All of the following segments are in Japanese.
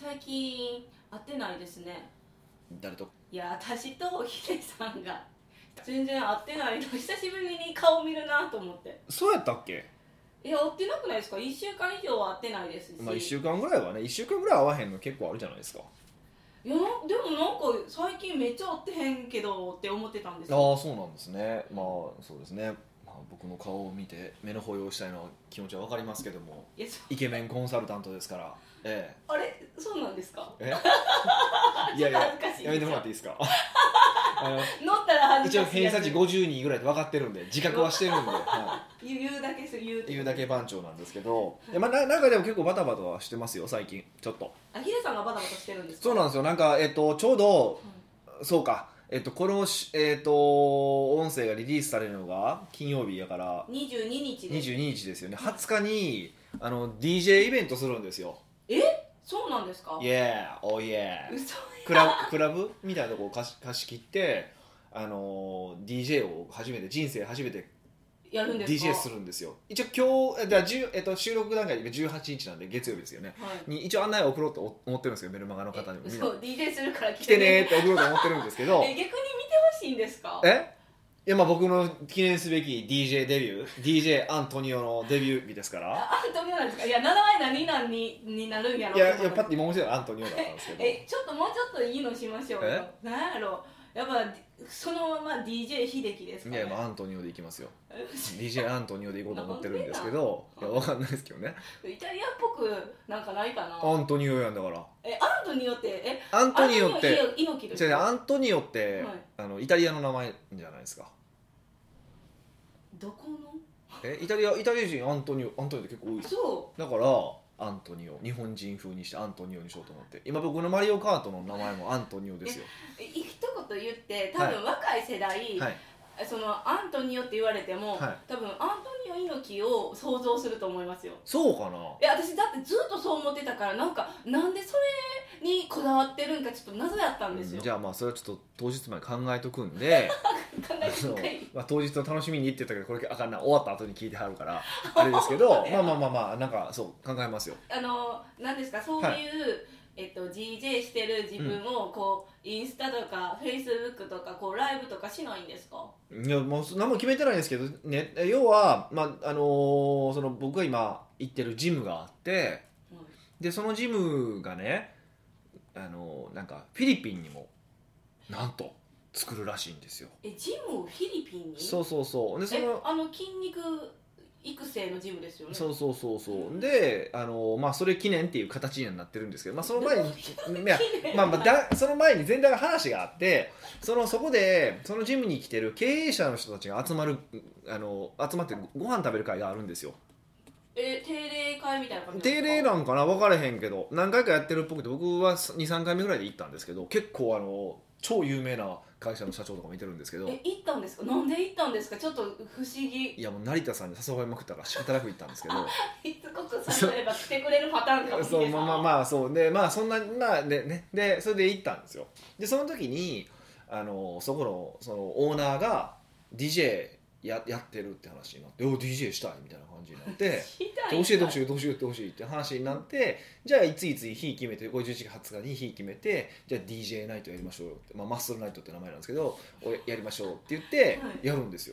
最近会ってないですね。 誰と？ いや、私とヒデさんが全然会ってないの。久しぶりに顔見るなと思って。 そうやったっけ？ いや、会ってなくないですか？1週間以上は会ってないですし、 まあ1週間ぐらいはね、1週間ぐらい会わへんの結構あるじゃないですか。 いや、でもなんか最近めっちゃ会ってへんけどって思ってたんですあよ。 あ、そうなんですね。まあそうですね、まあ、僕の顔を見て目の保養したいのは気持ちは分かりますけども、 いや、 イケメンコンサルタントですから。 あれ、そうなんですか？ いやいや、 恥ずかしいやめてもらっていいですか？ 乗ったら恥一応ずかしいやつ。 偏差値50人ぐらいで分かってるんで、自覚はしてるんで、 言うだけする言うだけ番長なんですけど、いや、まあ、なんかでも結構バタバタはしてますよ最近ちょっと。 あ、ヒデさんがバタバタしてるんですか？ そうなんですよ。なんかちょうど、そうか、この音声がリリースされるのが金曜日やから 22日です。 22日ですよね。20日にDJ イベントするんですよ。 そうなんですか？ Yeah, oh yeah。 嘘クラブみたいなとこを貸し切って、DJ を人生初めてやるんですか？ DJ するんですよ。一応今日収録段階で18日なんで月曜日ですよね、 はい、 に一応案内を送ろうと思ってるんですよ、メルマガの方にも。 そう、DJ するから来てねって送ろうと思ってるんですけど逆に見てほしいんですか？ いや、まあ僕の記念すべき DJ デビュー DJ アントニオのデビュー日ですから。 アントニオなんですか？いや、名前何々になるんやろ。 いやパッと今面白いのはアントニオだったんですけどちょっともうちょっといいのしましょうよ。なんやろ、やっぱそのまま DJ 秀樹ですかね。 いや、まあアントニオでいきますよDJ アントニオでいこうと思ってるんですけど、いや、わかんないですけどね。 イタリアっぽくなんかないかな。 アントニオやんだから。 アントニオってアントニオって猪木ですか？ アントニオって、イタリアの名前じゃないですか。 どこの？ イタリア人アントニオって結構多いです。 そうだからアントニオ、日本人風にしてアントニオにしようと思って、今僕のマリオカートの名前もアントニオですよ。 一言言って、多分若い世代、そのアントニオって言われても、多分アントニオ猪木を想像すると思いますよ。 そうかな。 私だってずっとそう思ってたから、なんでそれにこだわってるんかちょっと謎やったんですよ。 じゃあまあそれはちょっと当日まで考えとくんで当日の楽しみにって言ったけど、これあかんな、終わった後に聞いてはるからあれですけどまあなんかそう考えますよ。 なんですか、そういう、DJ してる自分をこう、インスタとかフェイスブックとかこうライブとかしないんですか？ いや、もう何も決めてないんですけどね。要は、まあその僕が今行ってるジムがあって、でそのジムがね、なんかフィリピンにもなんと作るらしいんですよ。 ジムをフィリピンに？ そうで筋肉育成のジムですよね。 そうで、まあそれ記念っていう形にはなってるんですけど、まあその前にその前に全体の話があって、そこでそのジムに来てる経営者の人たちが集まってご飯食べる会があるんですよ。 定例会みたいな感じ定例なんかな、分からへんけど何回かやってるっぽくて、僕は 2,3 回目ぐらいで行ったんですけど、結構超有名な会社の社長とかもいてるんですけど。 行ったんですか？なんで行ったんですか？ちょっと不思議。 いや、もう成田さんに誘われまくったから仕方なく行ったんですけどしつこく誘えば来てくれるパターンかもしれない。 まあそうで、まあそんなでそれで行ったんですよ。でその時にそこのそのオーナーが DJ やってるって話になって、DJ したいみたいな感じになって教えてほしいって話になって、じゃあいつ日決めて、11月20日に日決めて、じゃあ DJ ナイトやりましょうよって、マッスルナイトって名前なんですけど、やりましょうって言ってやるんですよ。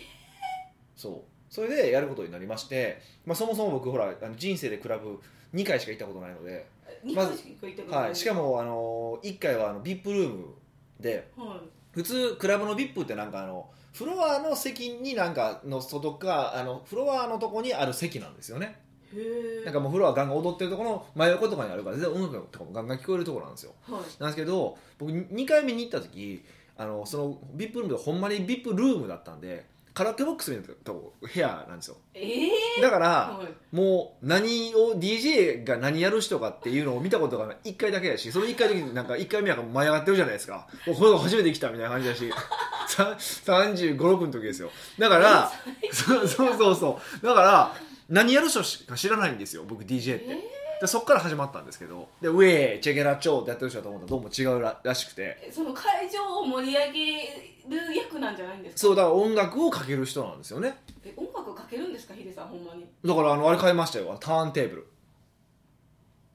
それでやることになりまして、そもそも僕ほら人生でクラブ2回しか行ったことないので、まずしかも1回はVIP ルームで、普通クラブの VIP ってなんかフロアの席になんかの外かフロアのとこにある席なんですよね。なんかもうフロアガンガン踊ってるところの真横とかにあるから、全然音楽とかもガンガン聞こえるところなんですよ。なんですけど、僕2回目に行った時その VIP ルームでほんまに VIP ルームだったんで、カラオケボックスみたいな部屋なんですよ。だから、もうDJ が何やる人かっていうのを見たことが1回だけやし、その1回だけなんか1回目は舞い上がってるじゃないですか。これが初めて来たみたいな感じだし35、6の時ですよ。だからそうだから何やる人しか知らないんですよ、僕 DJ って。でそっから始まったんですけど、でウェーチェケラチョーってやってる人だと思ったらどうも違うらしくて、 その会場を盛り上げる役なんじゃないんですか？ そうだから音楽をかける人なんですよね。 音楽かけるんですか、ヒデさん？ほんまに。 だからあれ買いましたよ、ターンテーブル。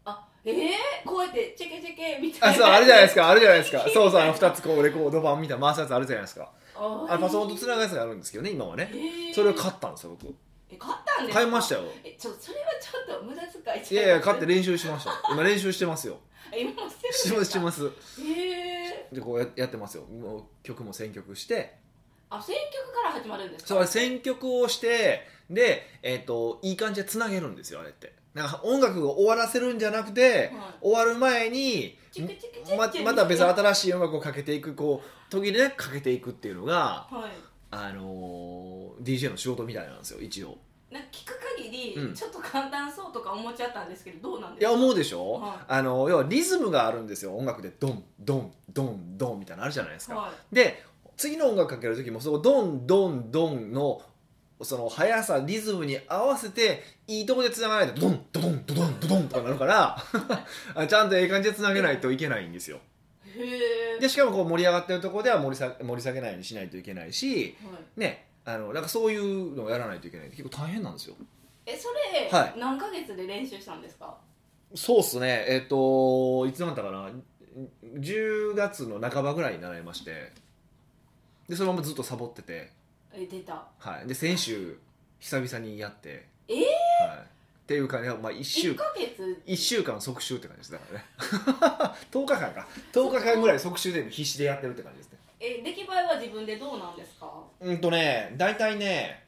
こうやってチェケチェケみたいな。 そう、あるじゃないですか、そうそう、2つこうレコード盤みたいな回すやつあるじゃないですか。パソコンとつながるやつがあるんですけどね、今はね。それを買ったんですよ、僕。 買ったんですか？ 買いましたよ。 それはちょっと無駄遣いちゃいます。 いやいや、買って練習しました。今練習してますよ。 今もしてるんですか？ してます。でこうやってますよ。もう曲も選曲して。 選曲から始まるんですか？ そう、選曲をしてで、いい感じでつなげるんですよ、あれって。なんか音楽を終わらせるんじゃなくて、終わる前にまた別の新しい音楽をかけていく、こう途切れかけていくっていうのが、DJ の仕事みたいなんですよ、一応。 なんか聞く限り、ちょっと簡単そうとか思っちゃったんですけど、どうなんですか？ いや、思うでしょ、要はリズムがあるんですよ、音楽で。ドンドンドンドンみたいなのあるじゃないですか、で次の音楽かける時もそのドンドンドンのその速さ、リズムに合わせていいとこでつながないとドンドドンドドンドドンとかなるからちゃんといい感じでつなげないといけないんですよ。でしかもこう盛り上がってるところでは盛り下げないようにしないといけないし、ね、なんかそういうのをやらないといけない。結構大変なんですよ。 それ、何ヶ月で練習したんですか？ そうっすね、いつだったかな、10月の半ばぐらいに習いまして、でそのままずっとサボってて、 出た、 で先週久々にやって、っていうかね、1週間即習って感じです。だからね10日間か10日間ぐらい即習で必死でやってるって感じですね。 出来栄えは自分でどうなんですか？ 大体ね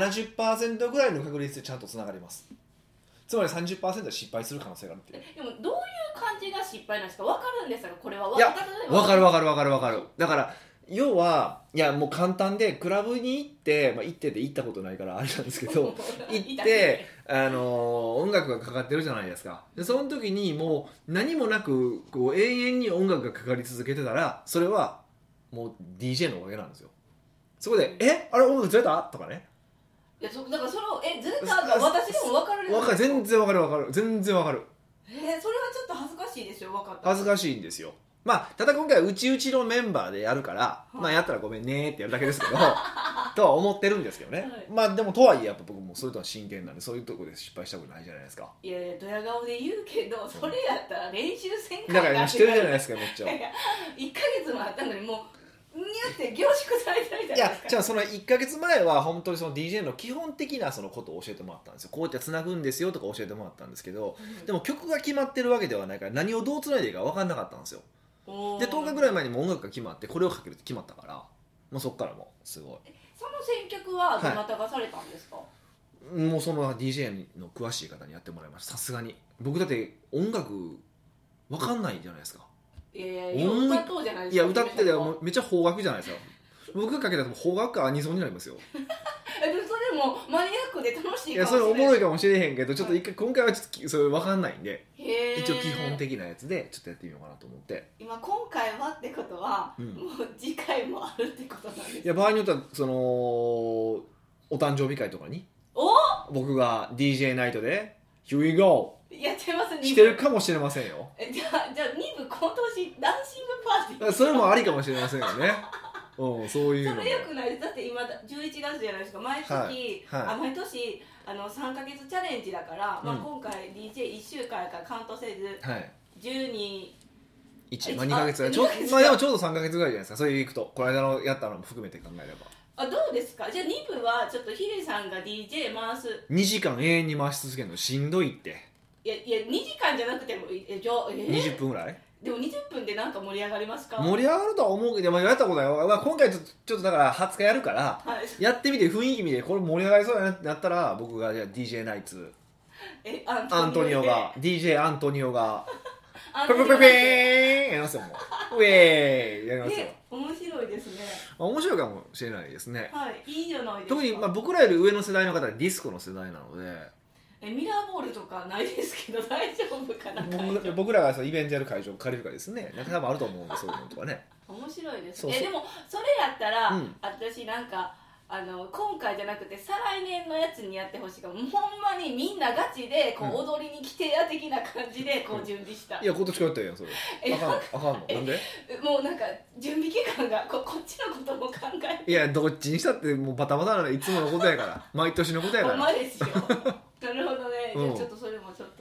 70% ぐらいの確率でちゃんとつながります。つまり 30% で失敗する可能性があるっていう。 でもどういう感じが失敗なんですか？分かるんですか？これは分かる。だから要はいやもう簡単で、クラブに行って、行ったことないからあれなんですけど行って音楽がかかってるじゃないですか。でその時にもう何もなくこう永遠に音楽がかかり続けてたら、それはもう DJ のおかげなんですよ。そこであれ音楽ずれたとかね。 いやだからそれをずれたが私でも分かるんですか？ 全然分かる全然分かる。 それはちょっと恥ずかしいですよ。分かった。 恥ずかしいんですよ。ただ今回はうちのメンバーでやるから、やったらごめんねってやるだけですけどとは思ってるんですけどね、でもとはいえやっぱ僕もそれとは真剣なんで、そういうところで失敗したことないじゃないですか。 いやドヤ顔で言うけど、それやったら練習せんかだから今してるじゃないですか、めっちゃ。 1ヶ月もあったのにもうにゃって凝縮されてるじゃないですか。 じゃあその1ヶ月前は本当にその DJ の基本的なそのことを教えてもらったんですよ。こうやってつなぐんですよとか教えてもらったんですけど、でも曲が決まってるわけではないから、何をどうつないでいいか分かんなかったんですよ。で10日ぐらい前にも音楽が決まって、これをかけるって決まったから、もうそっからもうすごい。 その選曲はどなたがされたんですか？ もうその DJ の詳しい方にやってもらいました。さすがに僕だって音楽分かんないじゃないですか。 いや歌っとうじゃないですか。 いや歌っててめっちゃ邦楽じゃないですか。僕がかけたら邦楽かアニソンになりますよそれもマニアックで楽しいかもしれない。 いやそれおもろいかもしれへんけど、ちょっと今回はちょっとそれ分かんないんで、一応基本的なやつでちょっとやってみようかなと思って。 今回はってことは、もう次回もあるってことなんですか？ いや場合によってはそのお誕生日会とかに僕が DJ ナイトで Here we go やっちゃいます。 してるかもしれませんよ。 じゃあ2部今年ダンシングパーティーそれもありかもしれませんよねそういうのそれよくないです。だって今11月じゃないですか。毎年3ヶ月チャレンジだから、今回 DJ1 週間からカウントせず、12 2ヶ月ぐらいでもちょうど3ヶ月ぐらいじゃないですか。それでいくとこの間のやったのも含めて考えれば。 どうですか？じゃあ2部はちょっとヒデさんが DJ 回す。 2時間永遠に回し続けるのしんどいって。 いや2時間じゃなくても 20分ぐらいでも20分でなんか盛り上がりますか？ 盛り上がるとは思うけど、やったことない。今回ちょっとだから20日やるから、やってみて雰囲気見てこれ盛り上がりそうだなったら、僕がじゃあ DJ ナイツアントニオが DJ アントニオがペペペペーンやりますよ。もうウェーイやりますよ。 面白いですね。 面白いかもしれないですね。 いいじゃないですか。 特に僕らより上の世代の方はディスコの世代なので。 ミラーボールとかないですけど大丈夫かな。 僕らがイベントやる会場を借りるかですね。多分あると思うんで、そういうのとかね。 面白いですね。でもそれやったら、私なんか今回じゃなくて再来年のやつにやってほしいかも。ほんまにみんなガチでこう踊りに来てや的な感じでこう準備した。 いや今年からやったらええやんそれ。あかんのなんで？ もうなんか準備期間がこっちのことも考えて。 いやどっちにしたってもうバタバタなのいつものことやから毎年のことやから。 ほんまですよなるほどね。じゃあちょっとそれもちょっと探し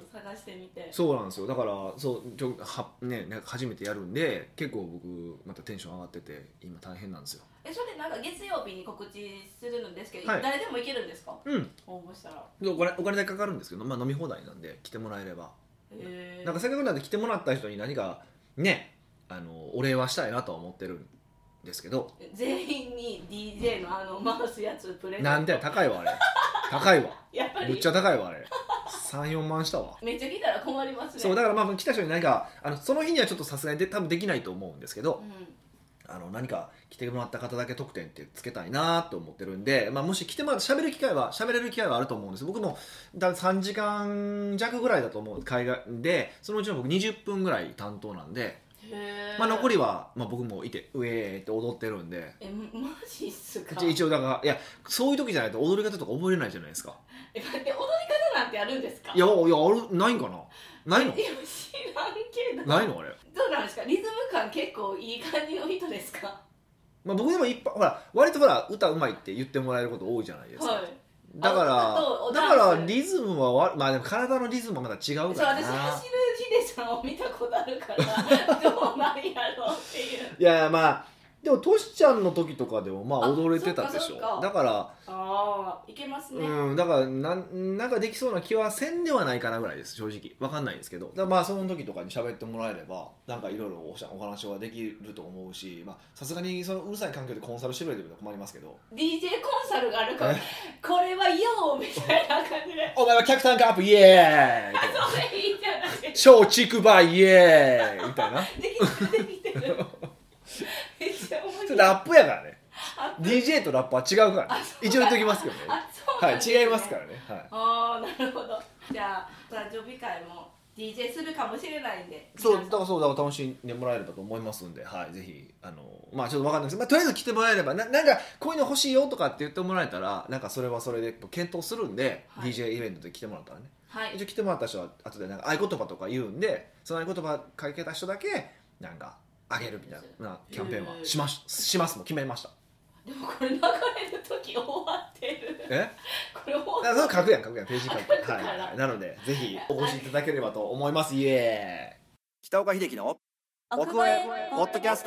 してみて。 そうなんですよ。だから初めてやるんで結構僕またテンション上がってて今大変なんですよ。 それなんか月曜日に告知するんですけど、 はい、 誰でも行けるんですか？ うん、 応募したらお金だけかかるんですけど、飲み放題なんで来てもらえれば、なんかせっかくなんで来てもらった人に何かねお礼はしたいなとは思ってるんですけど、 全員に DJ の回すやつプレゼント。 なんで高いわあれ高いわやっぱりむっちゃ高いわあれ3、4万したわ。 めっちゃ来たら困りますね。 そうだから来た人に何かその日にはちょっとさすがに多分できないと思うんですけど、何か来てもらった方だけ特典ってつけたいなと思ってるんで、もし来てもらって喋れる機会はあると思うんです。僕も多分3時間弱ぐらいだと思う海外で、そのうちの僕20分ぐらい担当なんで、残りは、僕もいてウェーって踊ってるんで。 マジっすか？ 一応だからいやそういう時じゃないと踊り方とか覚えれないじゃないですか。 待って、踊り方なんてあるんですか？ いやあるないんかな。ないの？ 知らんけど。 ないのあれ。 どうなんですか？リズム感結構いい感じの人ですか？ 僕でも割と歌うまいって言ってもらえること多いじゃないですか。だからリズムはでも体のリズムはまた違うからな。 そう、私走るヒデさんを見たことあるからどうなんやろうっていう。 いやでもトシちゃんの時とかでも踊れてたでしょ。だからいけますね。 だからなんかできそうな気はせんではないかなぐらいです、正直。わかんないですけど、だからその時とかに喋ってもらえればなんかいろいろお話はできると思うし、さすがにそのうるさい環境でコンサルしてくれてると困りますけど、 DJ コンサルがあるからこれはよみたいな感じでお前は客単価アップイエーイそれいいじゃないですか。 超竹馬イエーイみたいなできてるめっちゃ面白い。 ラップやからね。DJ とラップは違うからね。一応言っときますけどね。はい、違いますからね。 はい。なるほど。じゃあ誕生日会も DJ するかもしれないんで。 だから楽しんでもらえればと思いますんで、ぜひちょっと分かんないですけど、とりあえず来てもらえればなんかこういうの欲しいよとかって言ってもらえたらなんかそれはそれで検討するんで、DJ イベントで来てもらったらね。一応来てもらった人は後でなんか合言葉とか言うんで、その合言葉書けた人だけなんかあげるみたいなキャンペーンはしますもん決めました。 でもこれ流れる時終わってる。これ終わってる。 書くやんページ書く。なのでぜひお越しいただければと思います。イエーイ。北岡秀樹の奥越えポッドキャスト。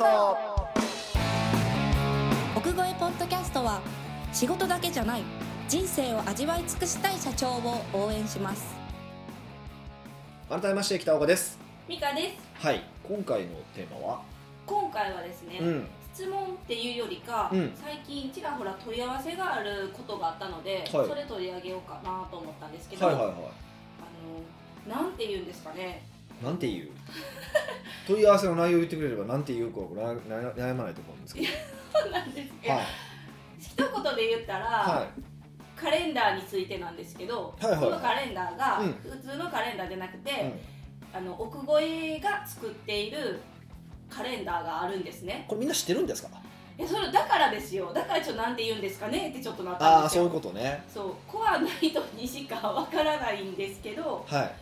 奥越えポッドキャストは仕事だけじゃない人生を味わい尽くしたい社長を応援します。 改めまして北岡です。 ミカです。 はい、今回のテーマはですね、質問っていうよりか、最近ちらほら問い合わせがあることがあったので、それ取り上げようかなと思ったんですけど、なんて言うんですかね。 なんて言う問い合わせの内容を言ってくれればなんて言うか悩まないと思うんですけどそうなんですけど、一言で言ったら、カレンダーについてなんですけど、そのカレンダーが普通のカレンダーじゃなくて、奥越えが作っているカレンダーがあるんですね。 これみんな知ってるんですか？ それだからですよ。だからちょっとなんて言うんですかねってちょっとなったんですよ。 そういうことね。 そう、コアな人にしかわからないんですけど、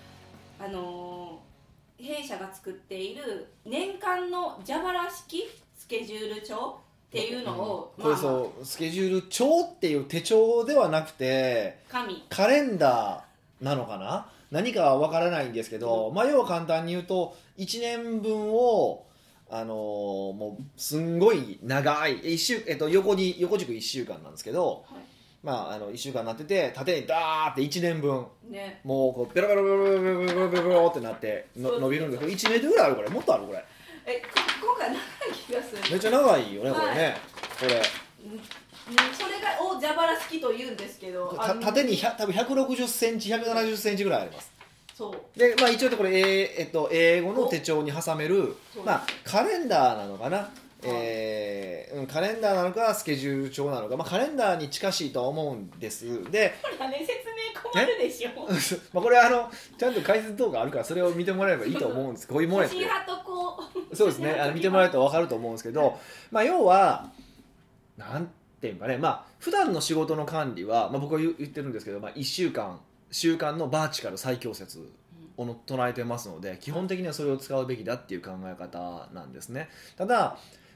弊社が作っている年間の蛇腹式スケジュール帳っていうのを、 これスケジュール帳っていう手帳ではなくてカレンダーなのかな、何かは分からないんですけど、要は簡単に言うと1年分をもうすんごい長い横軸1週間なんですけど、1週間になってて縦にダーって1年分、もうこうベロベロベロベロベロベロベロってなって伸びるんですけど、1メートルぐらいある。これもっとある。これ今回長い気がする。 めっちゃ長いよね、これね。これそれがを蛇腹式と言うんですけど、 縦に多分160センチ170センチぐらいあります。 そうで、一応これ、英語の手帳に挟める、カレンダーなのかな、カレンダーなのかスケジュール帳なのか、カレンダーに近しいとは思うんです。でこれはね、説明困るでしょこれちゃんと解説動画あるからそれを見てもらえればいいと思うんです。こういうものやってそうですね、見てもらえると分かると思うんですけど、要はなんていうかね、普段の仕事の管理は、僕は言ってるんですけど、1週間習慣のバーチカル再強説を唱えてますので、基本的にはそれを使うべきだっていう考え方なんですね。ただ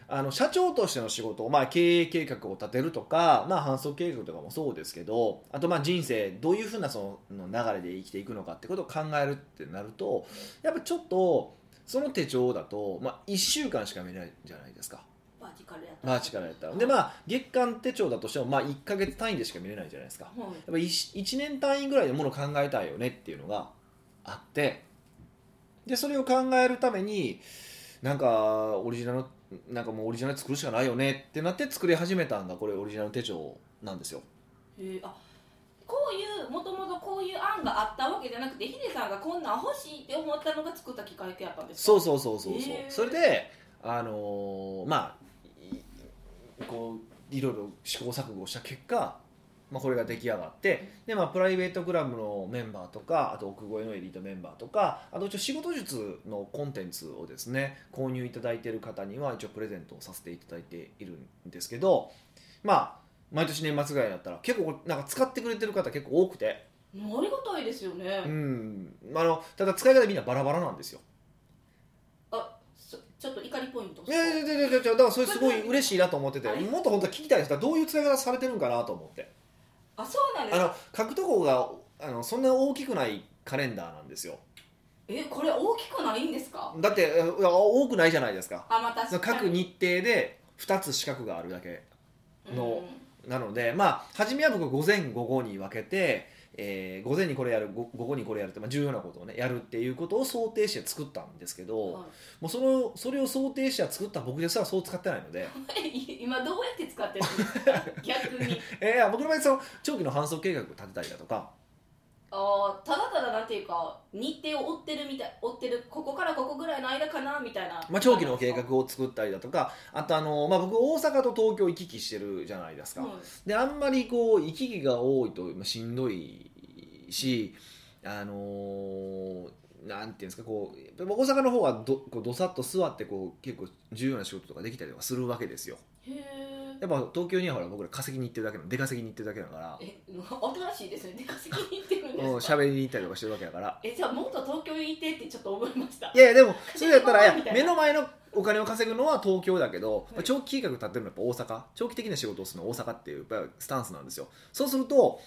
社長としての仕事、まあ、経営計画を立てるとか、まあ、反則計画とかもそうですけど、あとまあ人生どういうふうなその流れで生きていくのかってことを考えるってなると、やっぱちょっとその手帳だと、まあ、1週間しか見れないじゃないですか。 バーチカルやったらで、まあ、月間手帳だとしても、まあ、1ヶ月単位でしか見れないじゃないですか、やっぱ 1年単位ぐらいでものを考えたいよねっていうのがあって、でそれを考えるためになんかオリジナル作るしかないよねってなって作り始めたんがこれオリジナル手帳なんですよ。 こういうもともとこういう案があったわけじゃなくて、ヒデさんがこんなん欲しいって思ったのが作ったきっかけやったんですか？ そう、それでまあこういろいろ試行錯誤した結果、まあ、これが出来上がって、で、まあ、プライベートクラブのメンバーとか、あと奥越えのエリートメンバーとか、あと一応仕事術のコンテンツをですね購入いただいている方には一応プレゼントをさせていただいているんですけど、まあ毎年年末ぐらいだったら結構なんか使ってくれてる方結構多くて、 ありがたいですよね。 ただ使い方みんなバラバラなんですよ。 ちょっと怒りポイント。 いやだからそれすごい嬉しいなと思ってて、もっと本当は聞きたいですから、どういう使い方されてるんかなと思って。 そうなんですか。 書くとこがそんな大きくないカレンダーなんですよ。 これ大きくないんですか？ だって多くないじゃないですか。 まあ、確かに各日程で2つ四角があるだけの、なので、まあ初めは僕午前午後に分けて、午前にこれやる、午後にこれやるって、まあ、重要なことをねやるっていうことを想定して作ったんですけど、もうそれを想定して作った僕ですらそう使ってないので今どうやって使ってるんですか？逆に僕の場合長期の反則計画を立てたりだとか、 ただただなんていうか日程を追ってるここからここぐらいの間かなみたいな、 まあ、長期の計画を作ったりだとか、あとまあ、僕大阪と東京行き来してるじゃないですか、であんまりこう行き来が多いとしんどいし、なんていうんですか、こう大阪の方はどさっと座ってこう結構重要な仕事とかできたりとかするわけですよ。やっぱ東京にはほら僕ら稼ぎに行ってるだけの出稼ぎに行ってるだけだから、 新しいですね。出稼ぎに行ってるんですか？ 喋りに行ったりとかしてるわけだから、 じゃあもっと東京にいてってちょっと思いました。 いやでもそれやったら目の前のお金を稼ぐのは東京だけど、長期計画立ってるのはやっぱ大阪、長期的な仕事をするのは大阪っていうやっぱスタンスなんですよ。そうすると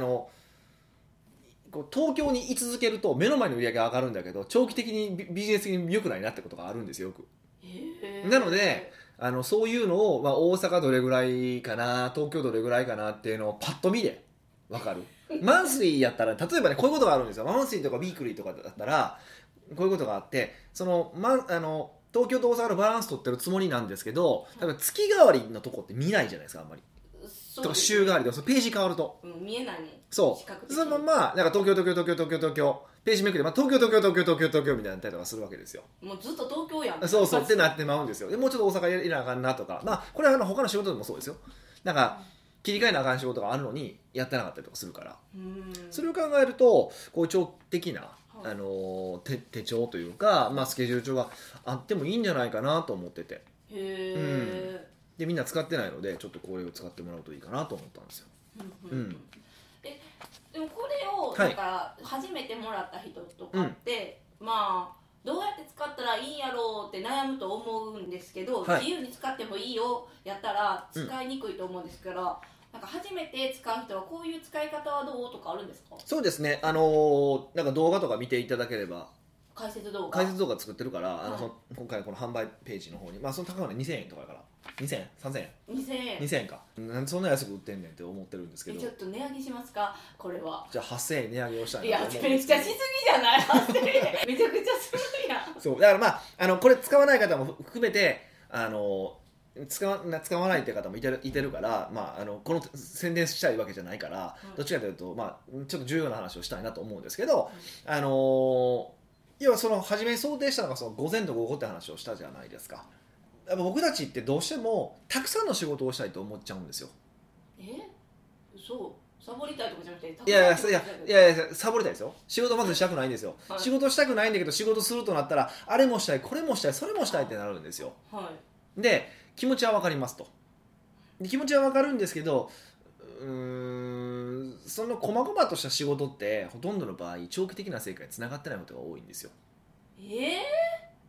こう東京に居続けると目の前の売り上げが上がるんだけど、長期的にビジネス的に良くないなってことがあるんですよ、よく。なのでそういうのを、まあ、大阪どれぐらいかな、東京どれぐらいかなっていうのをパッと見で分かるマンスリーやったら例えばねこういうことがあるんですよ。マンスリーとかビークリーとかだったらこういうことがあって、東京と大阪のバランス取ってるつもりなんですけど、多分月替わりのとこって見ないじゃないですか、あんまり。とか週替わりでページ変わると、 見えないもん。 そうそのままなんか東京ページめくり、まあ、東京みたいなったりとかするわけですよ。 もうずっと東京やん。 そうってなってまうんですよ。でもうちょっと大阪いらなあかんなとか、まあこれは他の仕事でもそうですよ。なんか切り替えなあかん仕事があるのにやってなかったりとかするから、それを考えるとこう長期的な手帳というか、まあ、スケジュール帳があってもいいんじゃないかなと思ってて、でみんな使ってないのでちょっとこれを使ってもらうといいかなと思ったんですよ。 でもこれをなんか初めてもらった人とかって、まあどうやって使ったらいいんやろうって悩むと思うんですけど、自由に使ってもいいよやったら使いにくいと思うんですから、なんか初めて使う人はこういう使い方はどうとかあるんですか？ そうですね、なんか動画とか見ていただければ、 解説動画作ってるから、今回この販売ページの方に、まあその高値2000円とかだから2000円3000円2000円か、なんでそんな安く売ってんねんって思ってるんですけど、 ちょっと値上げしますか？これはじゃあ8000円値上げをしたいなと思うんですけど。いやめっちゃしすぎじゃない？8000円めちゃくちゃするやん。 そうだからまあこれ使わない方も含めて使わないって方もいてるから、まあ、この宣伝したいわけじゃないから、どっちかというと、まあ、ちょっと重要な話をしたいなと思うんですけど、要はその初めに想定したのがその午前と午後って話をしたじゃないですか。やっぱ僕たちってどうしてもたくさんの仕事をしたいと思っちゃうんですよ。 そうサボりたいとかじゃなくて、 いやサボりたいですよ。仕事まずしたくないんですよ、仕事したくないんだけど、仕事するとなったらあれもしたいこれもしたいそれもしたいってなるんですよ。で気持ちは分かりますと。気持ちは分かるんですけど、その細々とした仕事ってほとんどの場合長期的な成果につながってないことが多いんですよ。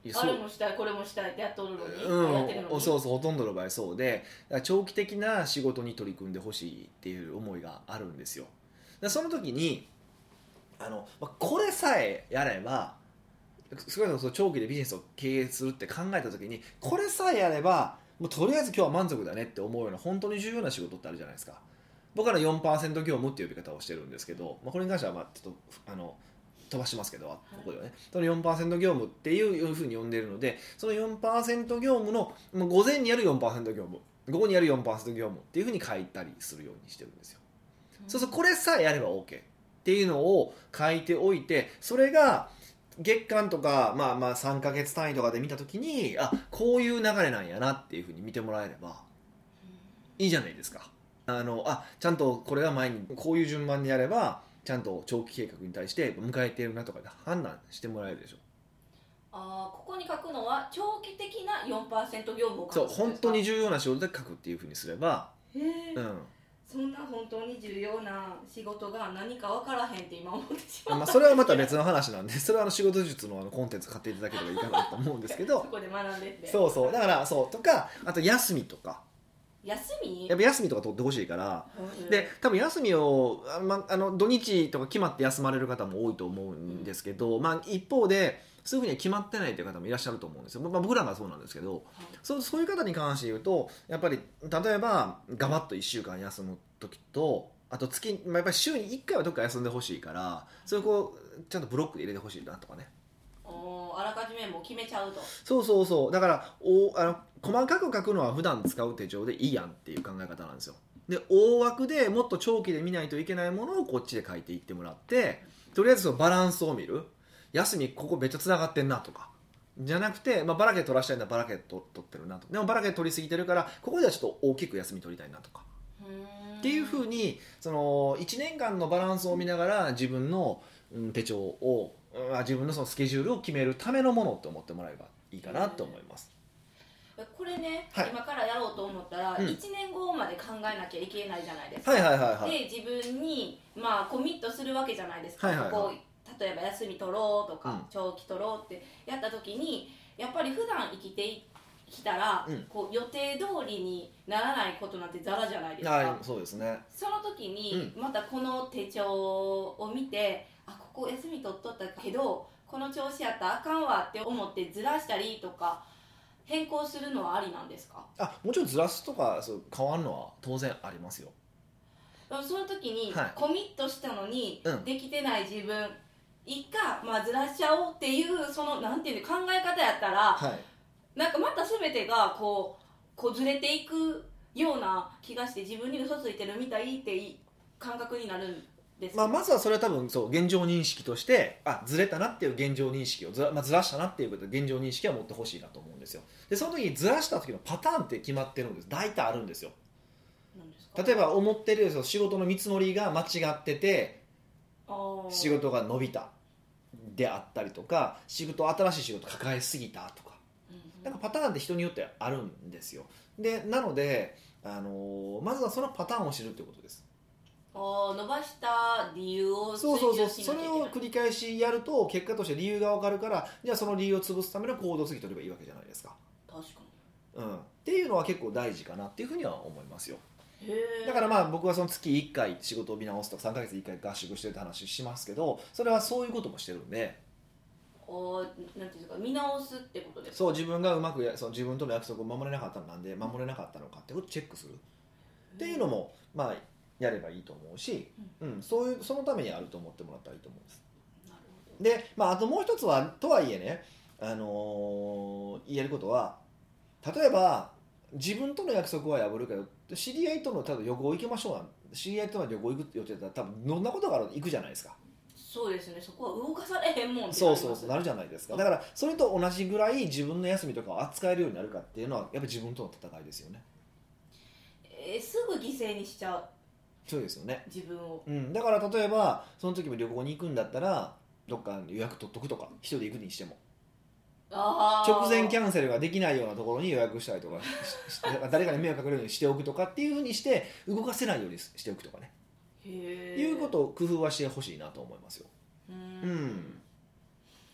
あれもしたいこれもしたいってやっとるのに、やってるのにそうほとんどの場合そうで、長期的な仕事に取り組んでほしいっていう思いがあるんですよ。その時にこれさえやれば、少なくとも長期でビジネスを経営するって考えた時にこれさえやればもうとりあえず今日は満足だねって思うような本当に重要な仕事ってあるじゃないですか。僕は 4% 業務っていう呼び方をしてるんですけど、これに関してはちょっと飛ばしますけど、ここではね、その 4% 業務っていうふうに呼んでいるので、その 4% 業務の午前にやる 4% 業務、午後にやる 4% 業務っていうふうに書いたりするようにしてるんですよ。そうするとこれさえやれば OK っていうのを書いておいて、それが月間とか、3ヶ月単位とかで見たときに、こういう流れなんやなっていうふうに見てもらえればいいじゃないですか。ちゃんとこれが前にこういう順番でやればちゃんと長期計画に対して迎えているなとかで判断してもらえるでしょ。 ここに書くのは長期的な 4% 業務を書くんですか？ そう本当に重要な仕事で書くっていうふうにすれば、 そんな本当に重要な仕事が何か分からへんって今思ってしまった。 それはまた別の話なんで、それは仕事術のコンテンツ買っていただければいいかなと思うんですけどそこで学んでって。 そうだからそうとか、あと休みとか、 休み？ やっぱ休みとか取ってほしいから、で多分休みを土日とか決まって休まれる方も多いと思うんですけど、一方でそういうふうには決まってないという方もいらっしゃると思うんですよ。僕らがそうなんですけど、そういう方に関して言うと、やっぱり例えばガバッと1週間休む時と、あと月、やっぱり週に1回はどっか休んでほしいから、それをちゃんとブロックで入れてほしいなとかね。 あらかじめもう決めちゃうと。 そうだから細かく書くのは普段使う手帳でいいやんっていう考え方なんですよ。で大枠でもっと長期で見ないといけないものをこっちで書いていってもらって、とりあえずそのバランスを見る。休みここめっちゃつながってんなとかじゃなくて、バラケ取らしたいんだ、バラケ取ってるなと、でもバラケ取りすぎてるからここではちょっと大きく休み取りたいなとかっていうふうに、その1年間のバランスを見ながら自分の手帳を、自分のそのスケジュールを決めるためのものって思ってもらえばいいかなと思います。 これね、 はい、 今からやろうと思ったら、1年後まで考えなきゃいけないじゃないですか。で自分に、コミットするわけじゃないですか。こう例えば休み取ろうとか、長期取ろうってやった時に、やっぱり普段生きてきたら、こう予定通りにならないことなんてザラじゃないですか。 そうですね。 その時に、またこの手帳を見て、ここ休み取っとったけどこの調子やったらあかんわって思ってずらしたりとか変更するのはありなんですか？ もちろんずらすとか変わるのは当然ありますよ。 その時に、コミットしたのに、できてない自分いいか、ずらしちゃおうっていう、そのなんていうの考え方やったら、なんかまた全てがこうずれていくような気がして、自分に嘘ついてるみたいって感覚になるんです、 まずはそれは多分現状認識として、ずれたなっていう現状認識をずらしたなっていうことで現状認識は持ってほしいなと思うんですよ。でその時にずらした時のパターンって決まってるんです。大体あるんですよ。例えば思ってる仕事の見積もりが間違ってて仕事が伸びたであったりとか、新しい仕事抱えすぎたとか、なんかパターンって人によってあるんですよ。でなので、まずはそのパターンを知るということです。 伸ばした理由を追求しなきゃいけない。 それを繰り返しやると結果として理由が分かるから、じゃあその理由を潰すための行動を次取ればいいわけじゃないですか。 確かに、 っていうのは結構大事かなっていうふうには思いますよ。だから僕はその月1回仕事を見直すとか3ヶ月1回合宿してるって話しますけど、それはそういうこともしてるんで、 なんていうか見直すってことですか？ そう、自分がうまく自分との約束を守れなかったのなんで守れなかったのかってことをチェックするっていうのもやればいいと思うし、そのためにあると思ってもらったらいいと思うんです。 なるほど。 で、あともう一つはとはいえね、言えることは、例えば自分との約束は破るけど知り合いとの旅行行きましょうなん知り合いとの旅行行く予定だったら多分どんなことがある行くじゃないですか。 そうですね、そこは動かされへんもんってそうなるじゃないですか。だからそれと同じぐらい自分の休みとかを扱えるようになるかっていうのはやっぱり自分との戦いですよね。 すぐ犠牲にしちゃう。 そうですよね、 自分を、 だから例えばその時も旅行に行くんだったらどっか予約取っとくとか、一人で行くにしても直前キャンセルができないようなところに予約したりとか誰かに迷惑かけるようにしておくとかっていう風にして動かせないようにしておくとかね、いうことを工夫はしてほしいなと思いますよ。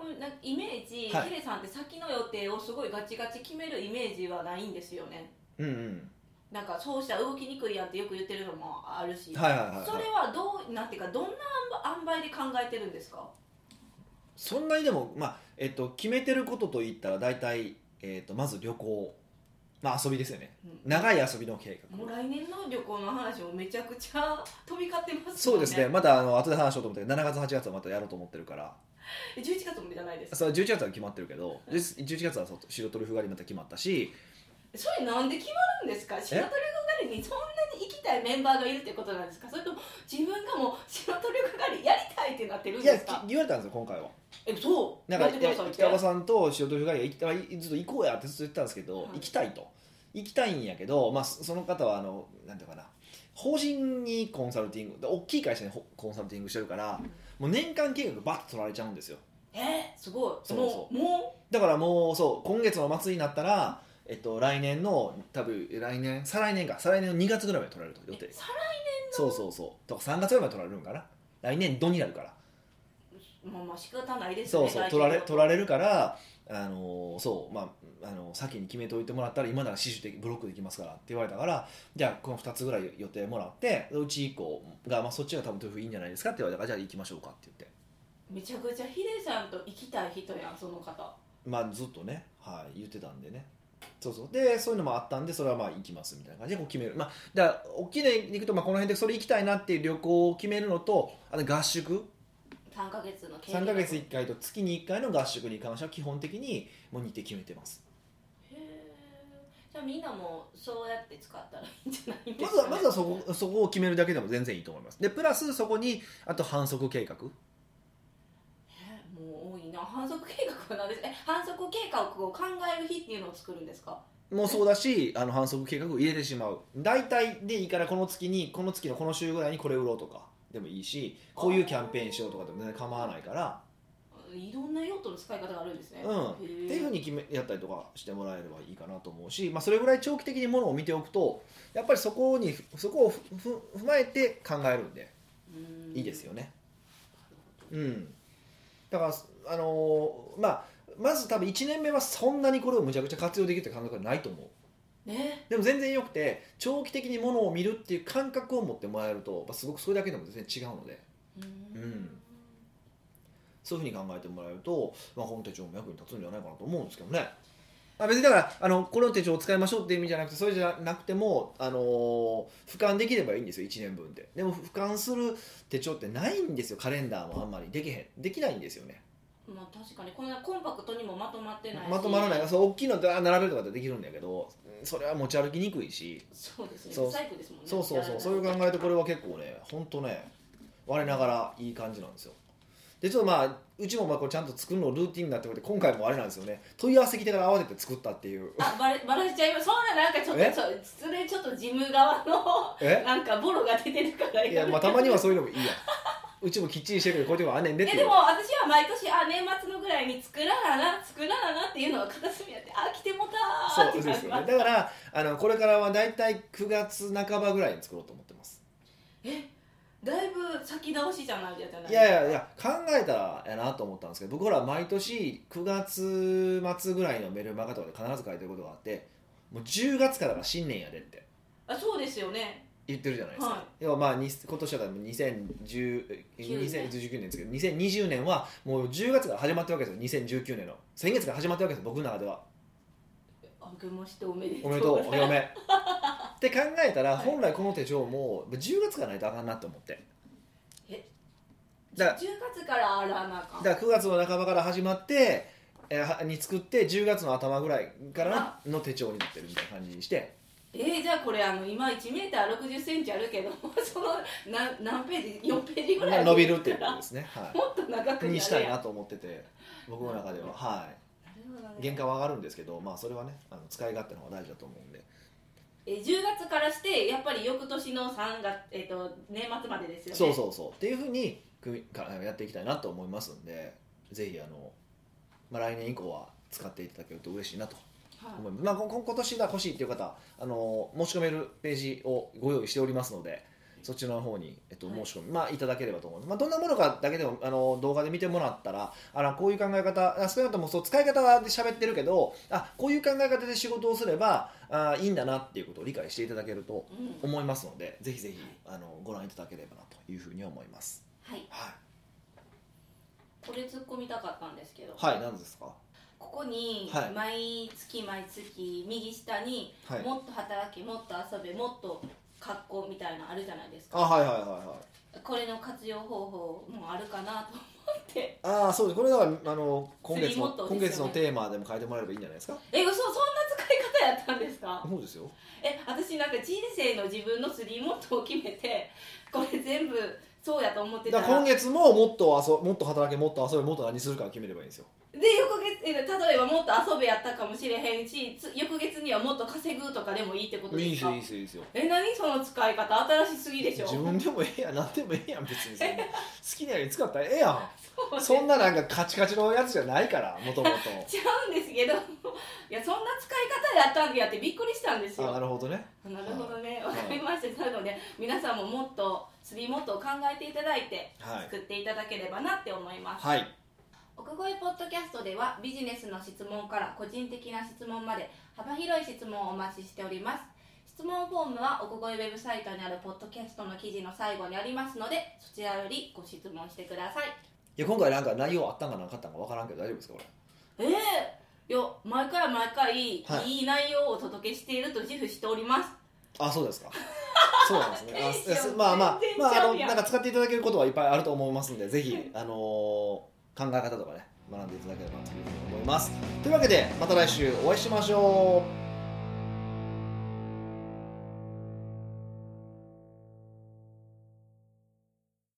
イメージ、ヒデさんって先の予定をすごいガチガチ決めるイメージはないんですよね。 うんうん。 なんかそうしたら動きにくいやんってよく言ってるのもあるし、 はいはいはいはい、 それはなんていうかどんな塩梅で考えてるんですか？ そんなにでも、決めてることといったら大体、まず旅行、遊びですよね、長い遊びの計画。 もう来年の旅行の話もめちゃくちゃ飛び交ってますもんね。 そうですね、また後で話しようと思って7月8月はまたやろうと思ってるから。 11月もじゃないですか？ そう、11月は決まってるけど、11月は白トリュフ狩りまた決まったし。 それなんで決まるんですか？白トリュフ狩りにそんなに行きたいメンバーがいるってことなんですか？それとも自分がもう白トリュフ狩りやりたいってなってるんですか？ いや、言われたんですよ今回は。 そうなんか北川さんと白トリュフ狩りずっと行こうやってずっと言ってたんですけど、行きたいんやけど、その方はなんていうかな、法人にコンサルティング、大きい会社にコンサルティングしてるから、もう年間計画バッと取られちゃうんですよ。 すごい。 もうだからもう今月の末になったら、来年の多分再来年の2月ぐらいまで取られると予定。 再来年のそうとか3月ぐらいまで取られるんかな。来年度になるから。 仕方ないですね。 取られるから、先に決めておいてもらったら今なら死守的ブロックできますからって言われたから、じゃあこの2つぐらい予定もらって、うち1個が、そっちが多分トリュフいいんじゃないですかって言われたから、じゃあ行きましょうかって言って。 めちゃくちゃヒデさんと行きたい人やん、その方。 ずっとね、言ってたんでね。でそういうのもあったんで、それは行きますみたいな感じで決める。だから大きいのに行くと、この辺でそれ行きたいなっていう旅行を決めるのと、合宿 3ヶ月の 3ヶ月1回と月に1回の合宿に関しては基本的にもう日程決めてます。 へえ。じゃあみんなもそうやって使ったらいいんじゃないですかね。 まずはそこを決めるだけでも全然いいと思います。でプラスそこにあと反則計画。 もう多いな。反則計画は何ですか？反則計画を考える日っていうのを作るんですか？ もうそうだし、反則計画を入れてしまう。大体でいいから、この月のこの週ぐらいにこれ売ろうとかでもいいし、こういうキャンペーンしようとかでも全然構わないから。 いろんな用途の使い方があるんですね。 っていうふうにやったりとかしてもらえればいいかなと思うし、それぐらい長期的にものを見ておくと、やっぱりそこを踏まえて考えるんでいいですよね。だからまず多分1年目はそんなにこれをむちゃくちゃ活用できるって感覚はないと思う。でも全然よくて、長期的にものを見るっていう感覚を持ってもらえると、すごくそれだけでも全然違うので、そういうふうに考えてもらえると、この手帳も役に立つんじゃないかなと思うんですけどね。別にだからこの手帳を使いましょうっていう意味じゃなくて、それじゃなくても俯瞰できればいいんですよ、1年分で。でも俯瞰する手帳ってないんですよ。カレンダーもあんまりできないんですよね。 確かにこんなコンパクトにもまとまってないし、 まとまらない。大きいので並べるとかでできるんだけど、それは持ち歩きにくいし。 そうですね、リサイクルですもんね。 そういう考えて、これは結構ね、本当ね、我ながらいい感じなんですよ。でちょっとうちもこれちゃんと作るのルーティンになってくれて、今回もあれなんですよね、問い合わせ来てから慌てて作ったっていう。 バラしちゃいます。そんななんかちょっとそれちょっと事務側のなんかボロが出てるから。 いやたまにはそういうのもいいや。うちもきっちりしてるけど、こういうのあんねんでって。 でも私は毎年年末のぐらいに作らななっていうのは片隅やって、来てもたーってそうですよね。だからこれからはだいたい9月半ばぐらいに作ろうと思ってます。 だいぶ先倒しじゃないですか。 いや考えたらやなと思ったんですけど、僕ら毎年9月末ぐらいのメルマガとかで必ず書いてることがあって、もう10月からが新年やでってそうですよね、 言ってるじゃないですか。要は今年は2019年ですけど、2020年はもう10月から始まってるわけですよ。2019年の先月から始まってるわけですよ、僕の中では。 明けましておめでとう。 おめでとう、お嫁って考えたら、本来この手帳も10月からないとあかんなと思って。 10月からあらなあかん。 だから9月の半ばから始まってに作って、10月の頭ぐらいからの手帳になってるみたいな感じにして。 じゃあこれ今 1m60cm あるけど、その何ページ4ページぐらい伸びるっていうことですね。 もっと長くにしたいなと思ってて、僕の中では原価は上がるんですけど、それはね使い勝手の方が大事だと思うんで。 10月からしてやっぱり翌年の3月、年末までですよね。 そうっていうふうにやっていきたいなと思いますんで、ぜひ来年以降は使っていただけると嬉しいなと思います。今年が欲しいっていう方、申し込めるページをご用意しておりますので、 そっちの方に、申し込み、いただければと思います。どんなものかだけでも動画で見てもらったらこういう考え方、少なくともそう使い方で喋ってるけどこういう考え方で仕事をすればいいんだなっていうことを理解していただけると思いますので、ぜひぜひご覧いただければなというふうに思います。 はい、はい、これ突っ込みたかったんですけど、 はい、何ですか？ ここに毎月右下に、もっと働け、もっと遊べ、もっと格好みたいなのあるじゃないですか。これの活用方法もあるかなと思って。 そうです。これは今月のテーマでも書いてもらえればいいんじゃないですか。 そんな使い方やったんですか？ そうですよ。 私なんか人生の自分の3モットーを決めてこれ全部そうやと思ってたら、 今月ももっと働け、もっと遊べ、もっと何するかを決めればいいんですよ。 で翌月例えばもっと遊べやったかもしれへんし、翌月にはもっと稼ぐとかでもいいってことですか？いいですよ。何その使い方、新しすぎでしょ。 自分でもええやん、何でもええやん、別に好きなように使ったらええやん。そんななんかカチカチのやつじゃないから、もともと違うんですけど、いやそんな使い方やったんでやってびっくりしたんですよ。 なるほどね。 なるほどね、わかりました。なので皆さんももっと3モットーを考えていただいて作っていただければなって思います。はい。奥越ポッドキャストではビジネスの質問から個人的な質問まで幅広い質問をお待ちしております。質問フォームは奥越ウェブサイトにあるポッドキャストの記事の最後にありますので、そちらよりご質問してください。 いや今回なんか内容あったんかなかったんか分からんけど大丈夫ですかこれ？ いや毎回、いい内容をお届けしていると自負しております。 そうですか。そうなんですね。なんか使っていただけることはいっぱいあると思いますので、ぜひ考え方とかね学んでいただければというふうに思います。というわけでまた来週お会いしましょう。